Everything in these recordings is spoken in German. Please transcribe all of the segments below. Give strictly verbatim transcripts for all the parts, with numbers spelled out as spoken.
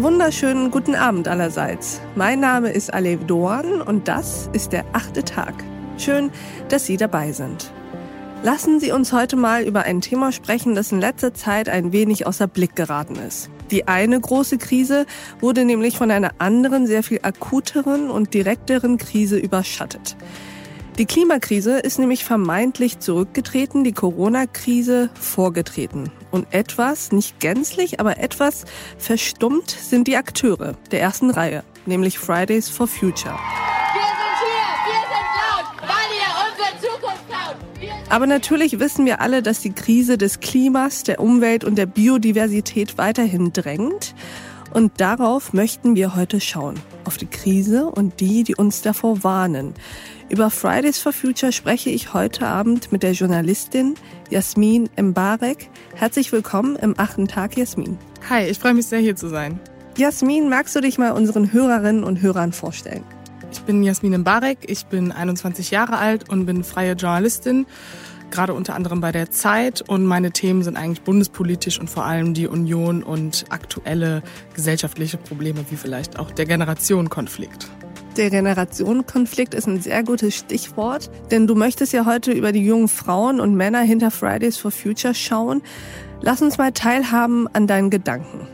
wunderschönen guten Abend allerseits. Mein Name ist Alev Doan und das ist der achte Tag. Schön, dass Sie dabei sind. Lassen Sie uns heute mal über ein Thema sprechen, das in letzter Zeit ein wenig außer Blick geraten ist. Die eine große Krise wurde nämlich von einer anderen, sehr viel akuteren und direkteren Krise überschattet. Die Klimakrise ist nämlich vermeintlich zurückgetreten, die Corona-Krise vorgetreten. Und etwas, nicht gänzlich, aber etwas verstummt sind die Akteure der ersten Reihe, nämlich Fridays for Future. Wir sind hier, wir sind laut, weil ihr unsere Zukunft klaut. Aber natürlich wissen wir alle, dass die Krise des Klimas, der Umwelt und der Biodiversität weiterhin drängt. Und darauf möchten wir heute schauen. Auf die Krise und die, die uns davor warnen. Über Fridays for Future spreche ich heute Abend mit der Journalistin Yasmin Mbarek. Herzlich willkommen im achten Tag, Yasmin. Hi, ich freue mich sehr, hier zu sein. Yasmin, magst du dich mal unseren Hörerinnen und Hörern vorstellen? Ich bin Yasmin Mbarek, ich bin einundzwanzig Jahre alt und bin freie Journalistin, gerade unter anderem bei der Zeit. Und meine Themen sind eigentlich bundespolitisch und vor allem die Union und aktuelle gesellschaftliche Probleme, wie vielleicht auch der Generationenkonflikt. Der Generationenkonflikt ist ein sehr gutes Stichwort, denn du möchtest ja heute über die jungen Frauen und Männer hinter Fridays for Future schauen. Lass uns mal teilhaben an deinen Gedanken.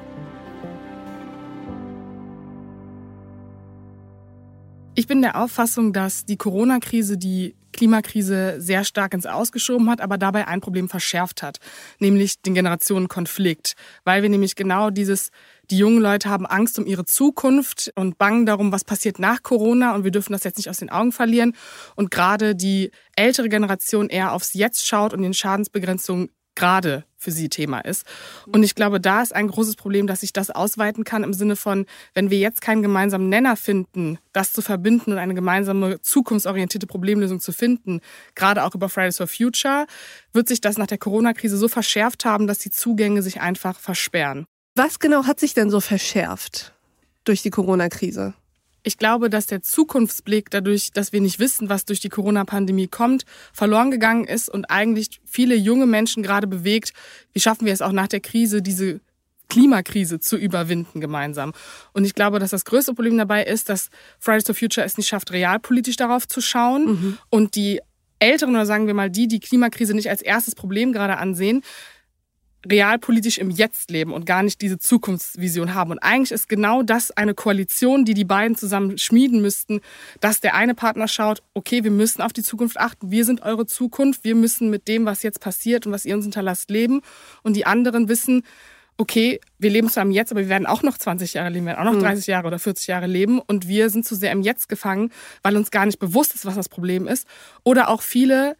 Ich bin der Auffassung, dass die Corona-Krise die Klimakrise sehr stark ins Ausgeschoben hat, aber dabei ein Problem verschärft hat, nämlich den Generationenkonflikt, weil wir nämlich genau dieses, die jungen Leute haben Angst um ihre Zukunft und bangen darum, was passiert nach Corona und wir dürfen das jetzt nicht aus den Augen verlieren und gerade die ältere Generation eher aufs Jetzt schaut und den Schadensbegrenzung gerade für sie Thema ist. Und ich glaube, da ist ein großes Problem, dass sich das ausweiten kann im Sinne von, wenn wir jetzt keinen gemeinsamen Nenner finden, das zu verbinden und eine gemeinsame zukunftsorientierte Problemlösung zu finden, gerade auch über Fridays for Future, wird sich das nach der Corona-Krise so verschärft haben, dass die Zugänge sich einfach versperren. Was genau hat sich denn so verschärft durch die Corona-Krise? Ich glaube, dass der Zukunftsblick dadurch, dass wir nicht wissen, was durch die Corona-Pandemie kommt, verloren gegangen ist und eigentlich viele junge Menschen gerade bewegt, wie schaffen wir es auch nach der Krise, diese Klimakrise zu überwinden gemeinsam. Und ich glaube, dass das größte Problem dabei ist, dass Fridays for Future es nicht schafft, realpolitisch darauf zu schauen mhm. und die Älteren oder sagen wir mal die, die Klimakrise nicht als erstes Problem gerade ansehen, realpolitisch im Jetzt leben und gar nicht diese Zukunftsvision haben. Und eigentlich ist genau das eine Koalition, die die beiden zusammen schmieden müssten, dass der eine Partner schaut, okay, wir müssen auf die Zukunft achten, wir sind eure Zukunft, wir müssen mit dem, was jetzt passiert und was ihr uns hinterlasst, leben. Und die anderen wissen, okay, wir leben zwar im Jetzt, aber wir werden auch noch zwanzig Jahre leben, wir werden auch noch dreißig Jahre oder vierzig Jahre leben und wir sind zu sehr im Jetzt gefangen, weil uns gar nicht bewusst ist, was das Problem ist. Oder auch viele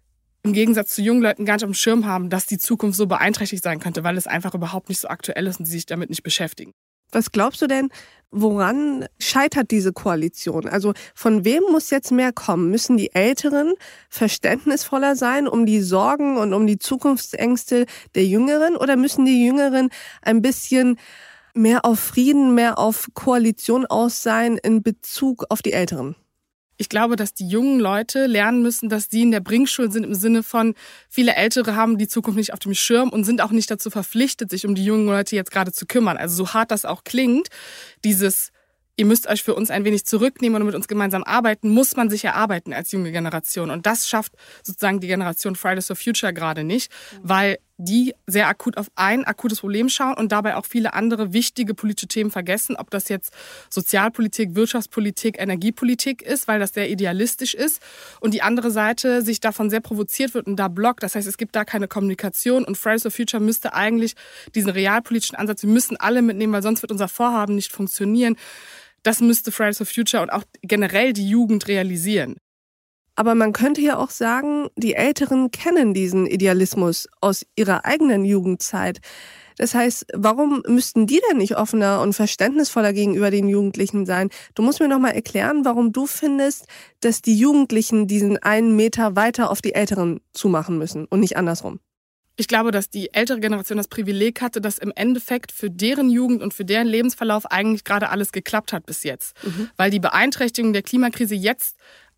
im Gegensatz zu jungen Leuten gar nicht auf dem Schirm haben, dass die Zukunft so beeinträchtigt sein könnte, weil es einfach überhaupt nicht so aktuell ist und sie sich damit nicht beschäftigen. Was glaubst du denn, woran scheitert diese Koalition? Also von wem muss jetzt mehr kommen? Müssen die Älteren verständnisvoller sein um die Sorgen und um die Zukunftsängste der Jüngeren? Oder müssen die Jüngeren ein bisschen mehr auf Frieden, mehr auf Koalition aus sein in Bezug auf die Älteren? Ich glaube, dass die jungen Leute lernen müssen, dass sie in der Bringschuld sind im Sinne von, viele Ältere haben die Zukunft nicht auf dem Schirm und sind auch nicht dazu verpflichtet, sich um die jungen Leute jetzt gerade zu kümmern. Also so hart das auch klingt, dieses, ihr müsst euch für uns ein wenig zurücknehmen und mit uns gemeinsam arbeiten, muss man sich erarbeiten als junge Generation. Und das schafft sozusagen die Generation Fridays for Future gerade nicht, weil die sehr akut auf ein akutes Problem schauen und dabei auch viele andere wichtige politische Themen vergessen, ob das jetzt Sozialpolitik, Wirtschaftspolitik, Energiepolitik ist, weil das sehr idealistisch ist und die andere Seite sich davon sehr provoziert wird und da blockt. Das heißt, es gibt da keine Kommunikation und Fridays for Future müsste eigentlich diesen realpolitischen Ansatz, wir müssen alle mitnehmen, weil sonst wird unser Vorhaben nicht funktionieren. Das müsste Fridays for Future und auch generell die Jugend realisieren. Aber man könnte ja auch sagen, die Älteren kennen diesen Idealismus aus ihrer eigenen Jugendzeit. Das heißt, warum müssten die denn nicht offener und verständnisvoller gegenüber den Jugendlichen sein? Du musst mir noch mal erklären, warum du findest, dass die Jugendlichen diesen einen Meter weiter auf die Älteren zumachen müssen und nicht andersrum. Ich glaube, dass die ältere Generation das Privileg hatte, dass im Endeffekt für deren Jugend und für deren Lebensverlauf eigentlich gerade alles geklappt hat bis jetzt. Mhm. Weil die Beeinträchtigung der Klimakrise jetzt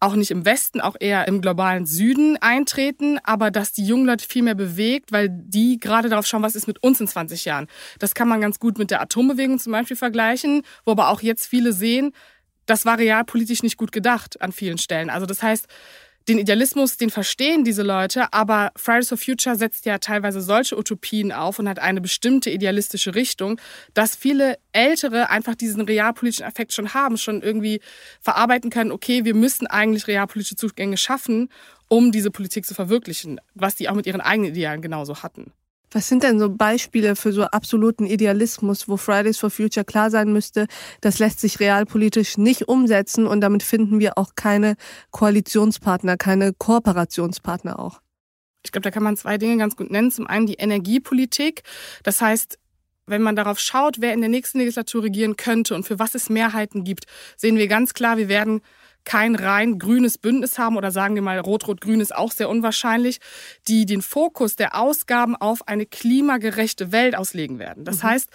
auch nicht im Westen, auch eher im globalen Süden eintreten, aber dass die jungen Leute viel mehr bewegt, weil die gerade darauf schauen, was ist mit uns in zwanzig Jahren. Das kann man ganz gut mit der Atombewegung zum Beispiel vergleichen, wo aber auch jetzt viele sehen, das war realpolitisch nicht gut gedacht an vielen Stellen. Also das heißt, den Idealismus, den verstehen diese Leute, aber Fridays for Future setzt ja teilweise solche Utopien auf und hat eine bestimmte idealistische Richtung, dass viele Ältere einfach diesen realpolitischen Effekt schon haben, schon irgendwie verarbeiten können, okay, wir müssen eigentlich realpolitische Zugänge schaffen, um diese Politik zu verwirklichen, was die auch mit ihren eigenen Idealen genauso hatten. Was sind denn so Beispiele für so absoluten Idealismus, wo Fridays for Future klar sein müsste, das lässt sich realpolitisch nicht umsetzen und damit finden wir auch keine Koalitionspartner, keine Kooperationspartner auch? Ich glaube, da kann man zwei Dinge ganz gut nennen. Zum einen die Energiepolitik. Das heißt, wenn man darauf schaut, wer in der nächsten Legislatur regieren könnte und für was es Mehrheiten gibt, sehen wir ganz klar, wir werden kein rein grünes Bündnis haben oder sagen wir mal rot-rot-grün ist auch sehr unwahrscheinlich, die den Fokus der Ausgaben auf eine klimagerechte Welt auslegen werden. Das mhm. heißt,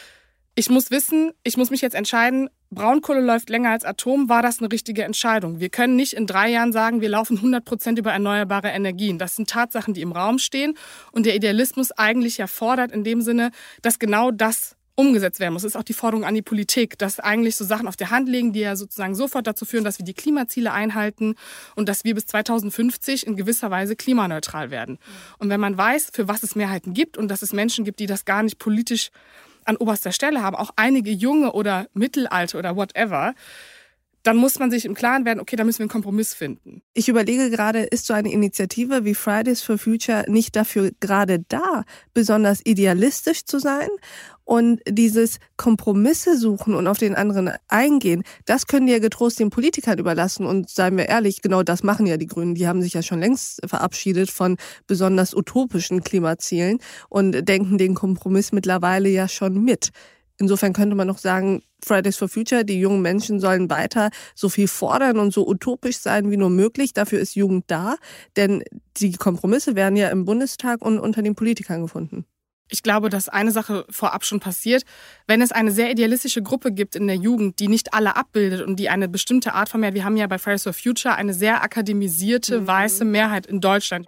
ich muss wissen, ich muss mich jetzt entscheiden, Braunkohle läuft länger als Atom, war das eine richtige Entscheidung? Wir können nicht in drei Jahren sagen, wir laufen hundert Prozent über erneuerbare Energien. Das sind Tatsachen, die im Raum stehen und der Idealismus eigentlich ja fordert in dem Sinne, dass genau das umgesetzt werden muss. Das ist auch die Forderung an die Politik, dass eigentlich so Sachen auf der Hand liegen, die ja sozusagen sofort dazu führen, dass wir die Klimaziele einhalten und dass wir bis zweitausendfünfzig in gewisser Weise klimaneutral werden. Und wenn man weiß, für was es Mehrheiten gibt und dass es Menschen gibt, die das gar nicht politisch an oberster Stelle haben, auch einige junge oder mittelalte oder whatever, dann muss man sich im Klaren werden, okay, da müssen wir einen Kompromiss finden. Ich überlege gerade, ist so eine Initiative wie Fridays for Future nicht dafür gerade da, besonders idealistisch zu sein? Und dieses Kompromisse suchen und auf den anderen eingehen, das können die ja getrost den Politikern überlassen. Und seien wir ehrlich, genau das machen ja die Grünen. Die haben sich ja schon längst verabschiedet von besonders utopischen Klimazielen und denken den Kompromiss mittlerweile ja schon mit. Insofern könnte man noch sagen, Fridays for Future, die jungen Menschen sollen weiter so viel fordern und so utopisch sein wie nur möglich. Dafür ist Jugend da, denn die Kompromisse werden ja im Bundestag und unter den Politikern gefunden. Ich glaube, dass eine Sache vorab schon passiert. Wenn es eine sehr idealistische Gruppe gibt in der Jugend, die nicht alle abbildet und die eine bestimmte Art von Mehrheit, wir haben ja bei Fridays for Future eine sehr akademisierte, mhm. weiße Mehrheit in Deutschland.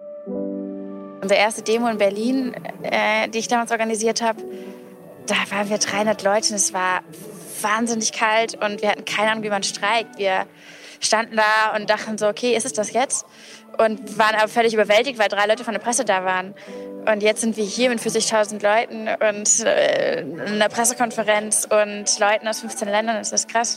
Unsere erste Demo in Berlin, äh, die ich damals organisiert habe, da waren wir dreihundert Leute und es war wahnsinnig kalt und wir hatten keine Ahnung, wie man streikt. Wir standen da und dachten so, okay, ist es das jetzt? Und waren aber völlig überwältigt, weil drei Leute von der Presse da waren. Und jetzt sind wir hier mit vierzigtausend Leuten und äh, in einer Pressekonferenz und Leuten aus fünfzehn Ländern. Das ist krass.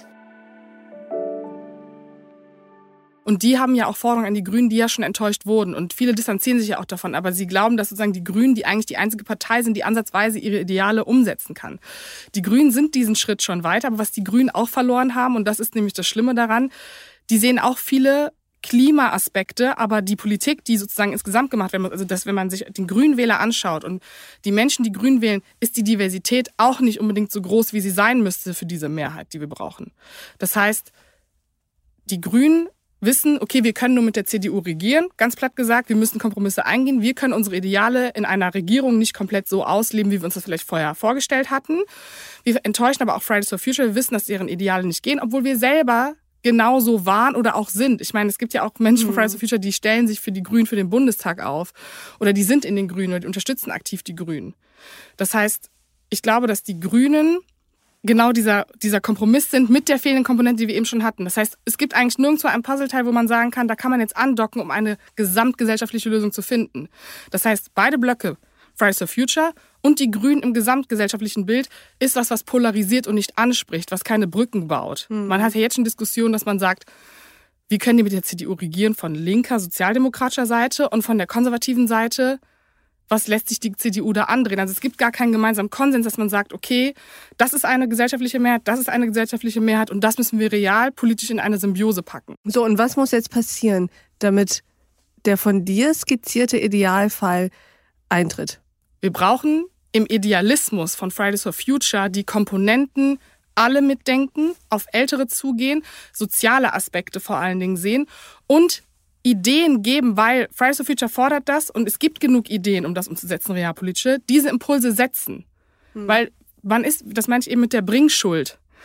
Und die haben ja auch Forderungen an die Grünen, die ja schon enttäuscht wurden. Und viele distanzieren sich ja auch davon. Aber sie glauben, dass sozusagen die Grünen, die eigentlich die einzige Partei sind, die ansatzweise ihre Ideale umsetzen kann. Die Grünen sind diesen Schritt schon weiter. Aber was die Grünen auch verloren haben, und das ist nämlich das Schlimme daran, die sehen auch viele Klimaaspekte, aber die Politik, die sozusagen insgesamt gemacht wird, also dass wenn man sich den Grünwähler anschaut und die Menschen, die Grün wählen, ist die Diversität auch nicht unbedingt so groß, wie sie sein müsste für diese Mehrheit, die wir brauchen. Das heißt, die Grünen wissen, okay, wir können nur mit der C D U regieren, ganz platt gesagt, wir müssen Kompromisse eingehen, wir können unsere Ideale in einer Regierung nicht komplett so ausleben, wie wir uns das vielleicht vorher vorgestellt hatten. Wir enttäuschen aber auch Fridays for Future, wir wissen, dass deren Ideale nicht gehen, obwohl wir selber genauso waren oder auch sind. Ich meine, es gibt ja auch Menschen von Fridays for Future, die stellen sich für die Grünen für den Bundestag auf oder die sind in den Grünen oder die unterstützen aktiv die Grünen. Das heißt, ich glaube, dass die Grünen genau dieser, dieser Kompromiss sind mit der fehlenden Komponente, die wir eben schon hatten. Das heißt, es gibt eigentlich nirgendwo ein Puzzleteil, wo man sagen kann, da kann man jetzt andocken, um eine gesamtgesellschaftliche Lösung zu finden. Das heißt, beide Blöcke, Fridays for Future und die Grünen im gesamtgesellschaftlichen Bild, ist was, was polarisiert und nicht anspricht, was keine Brücken baut. Mhm. Man hat ja jetzt schon Diskussionen, dass man sagt, wie können die mit der C D U regieren von linker, sozialdemokratischer Seite und von der konservativen Seite, was lässt sich die C D U da andrehen? Also es gibt gar keinen gemeinsamen Konsens, dass man sagt, okay, das ist eine gesellschaftliche Mehrheit, das ist eine gesellschaftliche Mehrheit und das müssen wir real politisch in eine Symbiose packen. So, und was muss jetzt passieren, damit der von dir skizzierte Idealfall eintritt? Wir brauchen im Idealismus von Fridays for Future die Komponenten alle mitdenken, auf Ältere zugehen, soziale Aspekte vor allen Dingen sehen und Ideen geben, weil Fridays for Future fordert das und es gibt genug Ideen, um das umzusetzen, realpolitische, diese Impulse setzen. Hm. Weil man ist, das meine ich eben mit der Bringschuld.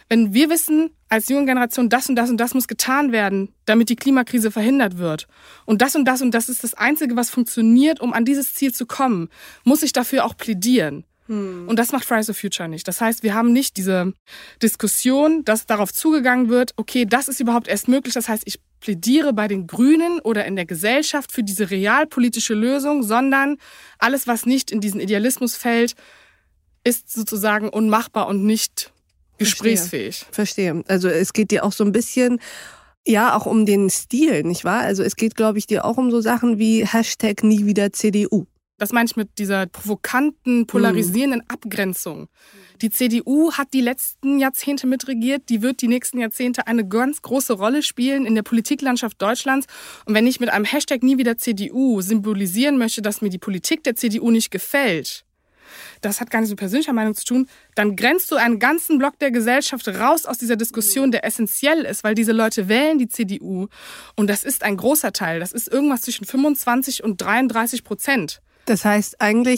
Wenn wir wissen, als junge Generation, das und das und das muss getan werden, damit die Klimakrise verhindert wird. Und das und das und das ist das Einzige, was funktioniert, um an dieses Ziel zu kommen, muss ich dafür auch plädieren. Hm. Und das macht Fridays for Future nicht. Das heißt, wir haben nicht diese Diskussion, dass darauf zugegangen wird, okay, das ist überhaupt erst möglich. Das heißt, ich plädiere bei den Grünen oder in der Gesellschaft für diese realpolitische Lösung, sondern alles, was nicht in diesen Idealismus fällt, ist sozusagen unmachbar und nicht gesprächsfähig. Verstehe. Verstehe. Also es geht dir auch so ein bisschen, ja, auch um den Stil, nicht wahr? Also es geht, glaube ich, dir auch um so Sachen wie Hashtag nie wieder C D U. Das meine ich mit dieser provokanten, polarisierenden mhm. Abgrenzung. Die C D U hat die letzten Jahrzehnte mitregiert, die wird die nächsten Jahrzehnte eine ganz große Rolle spielen in der Politiklandschaft Deutschlands. Und wenn ich mit einem Hashtag nie wieder C D U symbolisieren möchte, dass mir die Politik der C D U nicht gefällt, das hat gar nicht so mit persönlicher Meinung zu tun, dann grenzt du einen ganzen Block der Gesellschaft raus aus dieser Diskussion, der essentiell ist, weil diese Leute wählen die C D U und das ist ein großer Teil, das ist irgendwas zwischen fünfundzwanzig und dreiunddreißig Prozent. Das heißt eigentlich,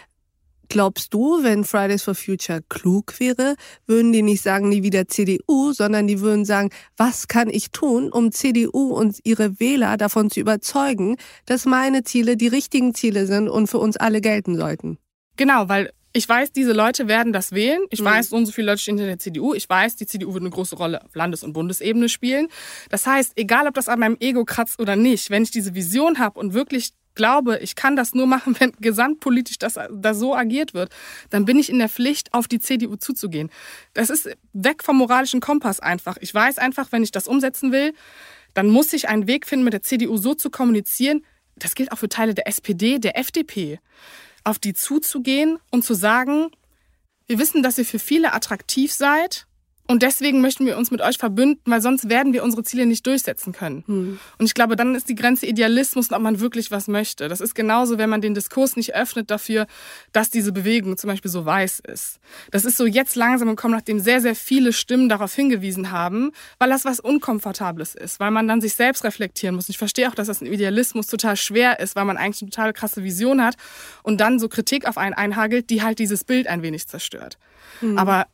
glaubst du, wenn Fridays for Future klug wäre, würden die nicht sagen, nie wieder C D U, sondern die würden sagen, was kann ich tun, um C D U und ihre Wähler davon zu überzeugen, dass meine Ziele die richtigen Ziele sind und für uns alle gelten sollten? Genau, weil ich weiß, diese Leute werden das wählen. Ich mhm. weiß, so und so viele Leute stehen hinter der C D U. Ich weiß, die C D U wird eine große Rolle auf Landes- und Bundesebene spielen. Das heißt, egal ob das an meinem Ego kratzt oder nicht, wenn ich diese Vision habe und wirklich glaube, ich kann das nur machen, wenn gesamtpolitisch das, das so agiert wird, dann bin ich in der Pflicht, auf die C D U zuzugehen. Das ist weg vom moralischen Kompass einfach. Ich weiß einfach, wenn ich das umsetzen will, dann muss ich einen Weg finden, mit der C D U so zu kommunizieren. Das gilt auch für Teile der S P D, der F D P. Auf die zuzugehen und zu sagen, wir wissen, dass ihr für viele attraktiv seid und deswegen möchten wir uns mit euch verbünden, weil sonst werden wir unsere Ziele nicht durchsetzen können. Hm. Und ich glaube, dann ist die Grenze Idealismus und ob man wirklich was möchte. Das ist genauso, wenn man den Diskurs nicht öffnet dafür, dass diese Bewegung zum Beispiel so weiß ist. Das ist so jetzt langsam gekommen, nachdem sehr, sehr viele Stimmen darauf hingewiesen haben, weil das was Unkomfortables ist, weil man dann sich selbst reflektieren muss. Ich verstehe auch, dass das im Idealismus total schwer ist, weil man eigentlich eine total krasse Vision hat und dann so Kritik auf einen einhagelt, die halt dieses Bild ein wenig zerstört. Hm. Aber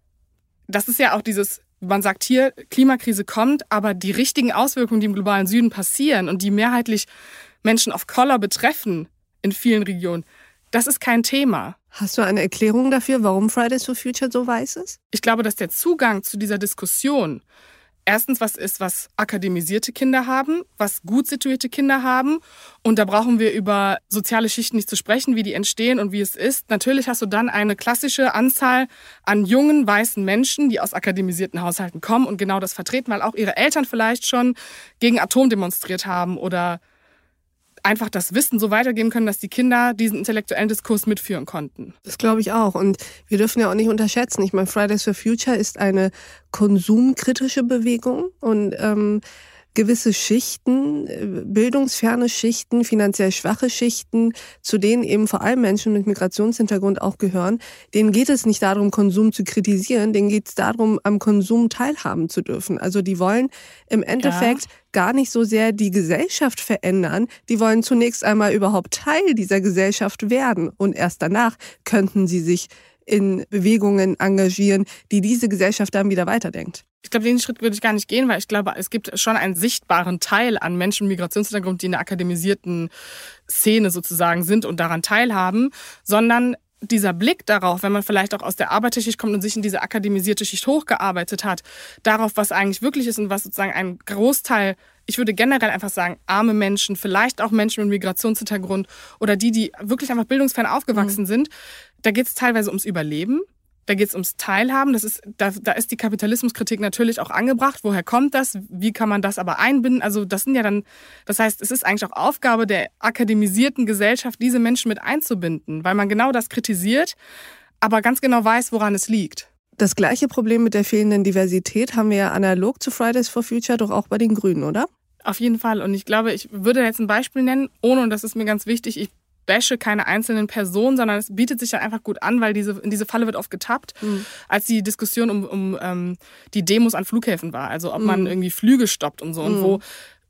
das ist ja auch dieses, man sagt hier, Klimakrise kommt, aber die richtigen Auswirkungen, die im globalen Süden passieren und die mehrheitlich Menschen of Color betreffen in vielen Regionen, das ist kein Thema. Hast du eine Erklärung dafür, warum Fridays for Future so weiß ist? Ich glaube, dass der Zugang zu dieser Diskussion erstens was ist, was akademisierte Kinder haben, was gut situierte Kinder haben. Und da brauchen wir über soziale Schichten nicht zu sprechen, wie die entstehen und wie es ist. Natürlich hast du dann eine klassische Anzahl an jungen, weißen Menschen, die aus akademisierten Haushalten kommen und genau das vertreten, weil auch ihre Eltern vielleicht schon gegen Atom demonstriert haben oder einfach das Wissen so weitergeben können, dass die Kinder diesen intellektuellen Diskurs mitführen konnten. Das glaube ich auch. Und wir dürfen ja auch nicht unterschätzen. Ich meine, Fridays for Future ist eine konsumkritische Bewegung und ähm, gewisse Schichten, bildungsferne Schichten, finanziell schwache Schichten, zu denen eben vor allem Menschen mit Migrationshintergrund auch gehören, denen geht es nicht darum, Konsum zu kritisieren, denen geht es darum, am Konsum teilhaben zu dürfen. Also die wollen im Endeffekt ja. gar nicht so sehr die Gesellschaft verändern, die wollen zunächst einmal überhaupt Teil dieser Gesellschaft werden und erst danach könnten sie sich in Bewegungen engagieren, die diese Gesellschaft dann wieder weiterdenkt. Ich glaube, den Schritt würde ich gar nicht gehen, weil ich glaube, es gibt schon einen sichtbaren Teil an Menschen mit Migrationshintergrund, die in der akademisierten Szene sozusagen sind und daran teilhaben, sondern dieser Blick darauf, wenn man vielleicht auch aus der Arbeiterschicht kommt und sich in diese akademisierte Schicht hochgearbeitet hat, darauf, was eigentlich wirklich ist und was sozusagen ein Großteil, ich würde generell einfach sagen, arme Menschen, vielleicht auch Menschen mit Migrationshintergrund oder die, die wirklich einfach bildungsfern aufgewachsen mhm. sind, da geht es teilweise ums Überleben. Da geht es ums Teilhaben. Das ist, da, da ist die Kapitalismuskritik natürlich auch angebracht. Woher kommt das? Wie kann man das aber einbinden? Also das sind ja dann, das heißt, es ist eigentlich auch Aufgabe der akademisierten Gesellschaft, diese Menschen mit einzubinden, weil man genau das kritisiert, aber ganz genau weiß, woran es liegt. Das gleiche Problem mit der fehlenden Diversität haben wir ja analog zu Fridays for Future doch auch bei den Grünen, oder? Auf jeden Fall. Und ich glaube, ich würde jetzt ein Beispiel nennen, ohne, und das ist mir ganz wichtig, ich bashe keine einzelnen Personen, sondern es bietet sich ja einfach gut an, weil diese, in diese Falle wird oft getappt, mhm. als die Diskussion um, um ähm, die Demos an Flughäfen war. Also ob mhm. man irgendwie Flüge stoppt und so. Mhm. Und wo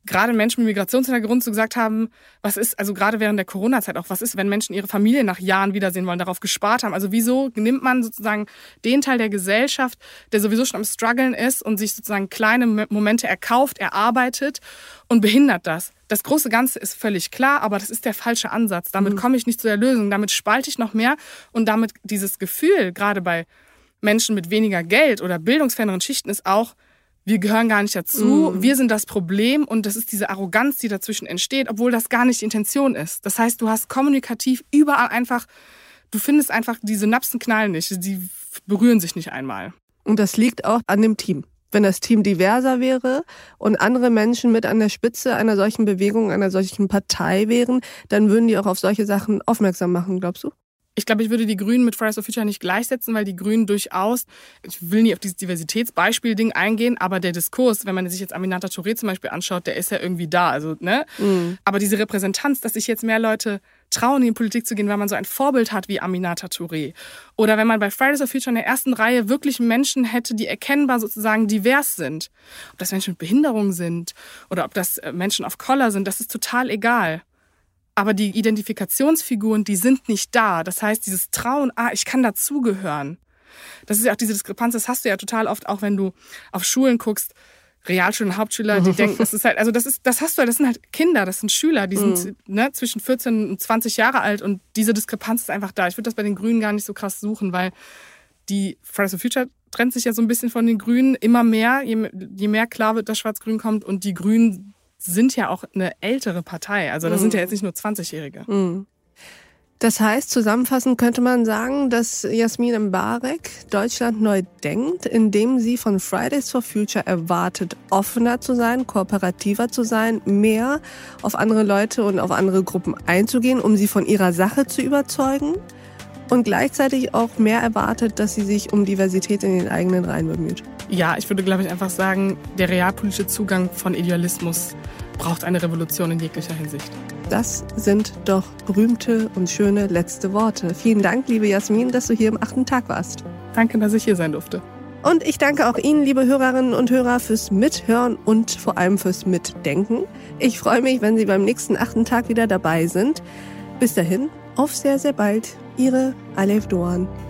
gerade Menschen mit Migrationshintergrund so gesagt haben, was ist, also gerade während der Corona-Zeit auch, was ist, wenn Menschen ihre Familie nach Jahren wiedersehen wollen, darauf gespart haben. Also wieso nimmt man sozusagen den Teil der Gesellschaft, der sowieso schon am Struggeln ist und sich sozusagen kleine Momente erkauft, erarbeitet und behindert das? Das große Ganze ist völlig klar, aber das ist der falsche Ansatz. Damit mhm. komme ich nicht zu der Lösung. Damit spalte ich noch mehr und damit dieses Gefühl, gerade bei Menschen mit weniger Geld oder bildungsferneren Schichten, ist auch, wir gehören gar nicht dazu, mm. wir sind das Problem und das ist diese Arroganz, die dazwischen entsteht, obwohl das gar nicht die Intention ist. Das heißt, du hast kommunikativ überall einfach, du findest einfach, die Synapsen knallen nicht, die berühren sich nicht einmal. Und das liegt auch an dem Team. Wenn das Team diverser wäre und andere Menschen mit an der Spitze einer solchen Bewegung, einer solchen Partei wären, dann würden die auch auf solche Sachen aufmerksam machen, glaubst du? Ich glaube, ich würde die Grünen mit Fridays for Future nicht gleichsetzen, weil die Grünen durchaus, ich will nie auf dieses Diversitätsbeispiel-Ding eingehen, aber der Diskurs, wenn man sich jetzt Aminata Touré zum Beispiel anschaut, der ist ja irgendwie da. Also, ne? Mhm. Aber diese Repräsentanz, dass sich jetzt mehr Leute trauen, in die Politik zu gehen, weil man so ein Vorbild hat wie Aminata Touré. Oder wenn man bei Fridays for Future in der ersten Reihe wirklich Menschen hätte, die erkennbar sozusagen divers sind. Ob das Menschen mit Behinderung sind oder ob das Menschen of Color sind, das ist total egal. Aber die Identifikationsfiguren, die sind nicht da. Das heißt, dieses Trauen, ah, ich kann dazugehören. Das ist ja auch diese Diskrepanz, das hast du ja total oft, auch wenn du auf Schulen guckst, Realschulen, Hauptschüler, die denken, das ist halt, also das ist, das hast du ja, das sind halt Kinder, das sind Schüler, die sind mhm. ne, zwischen vierzehn und zwanzig Jahre alt und diese Diskrepanz ist einfach da. Ich würde das bei den Grünen gar nicht so krass suchen, weil die Fridays for Future trennt sich ja so ein bisschen von den Grünen immer mehr, je, je mehr klar wird, dass Schwarz-Grün kommt und die Grünen sind ja auch eine ältere Partei. Also das mhm. sind ja jetzt nicht nur zwanzigjährige. Mhm. Das heißt, zusammenfassend könnte man sagen, dass Jasmin Mbarek Deutschland neu denkt, indem sie von Fridays for Future erwartet, offener zu sein, kooperativer zu sein, mehr auf andere Leute und auf andere Gruppen einzugehen, um sie von ihrer Sache zu überzeugen. Und gleichzeitig auch mehr erwartet, dass sie sich um Diversität in den eigenen Reihen bemüht. Ja, ich würde, glaube ich, einfach sagen, der realpolitische Zugang von Idealismus braucht eine Revolution in jeglicher Hinsicht. Das sind doch berühmte und schöne letzte Worte. Vielen Dank, liebe Jasmin, dass du hier im achten Tag warst. Danke, dass ich hier sein durfte. Und ich danke auch Ihnen, liebe Hörerinnen und Hörer, fürs Mithören und vor allem fürs Mitdenken. Ich freue mich, wenn Sie beim nächsten achten Tag wieder dabei sind. Bis dahin, auf sehr, sehr bald. Ihre Alev Doğan.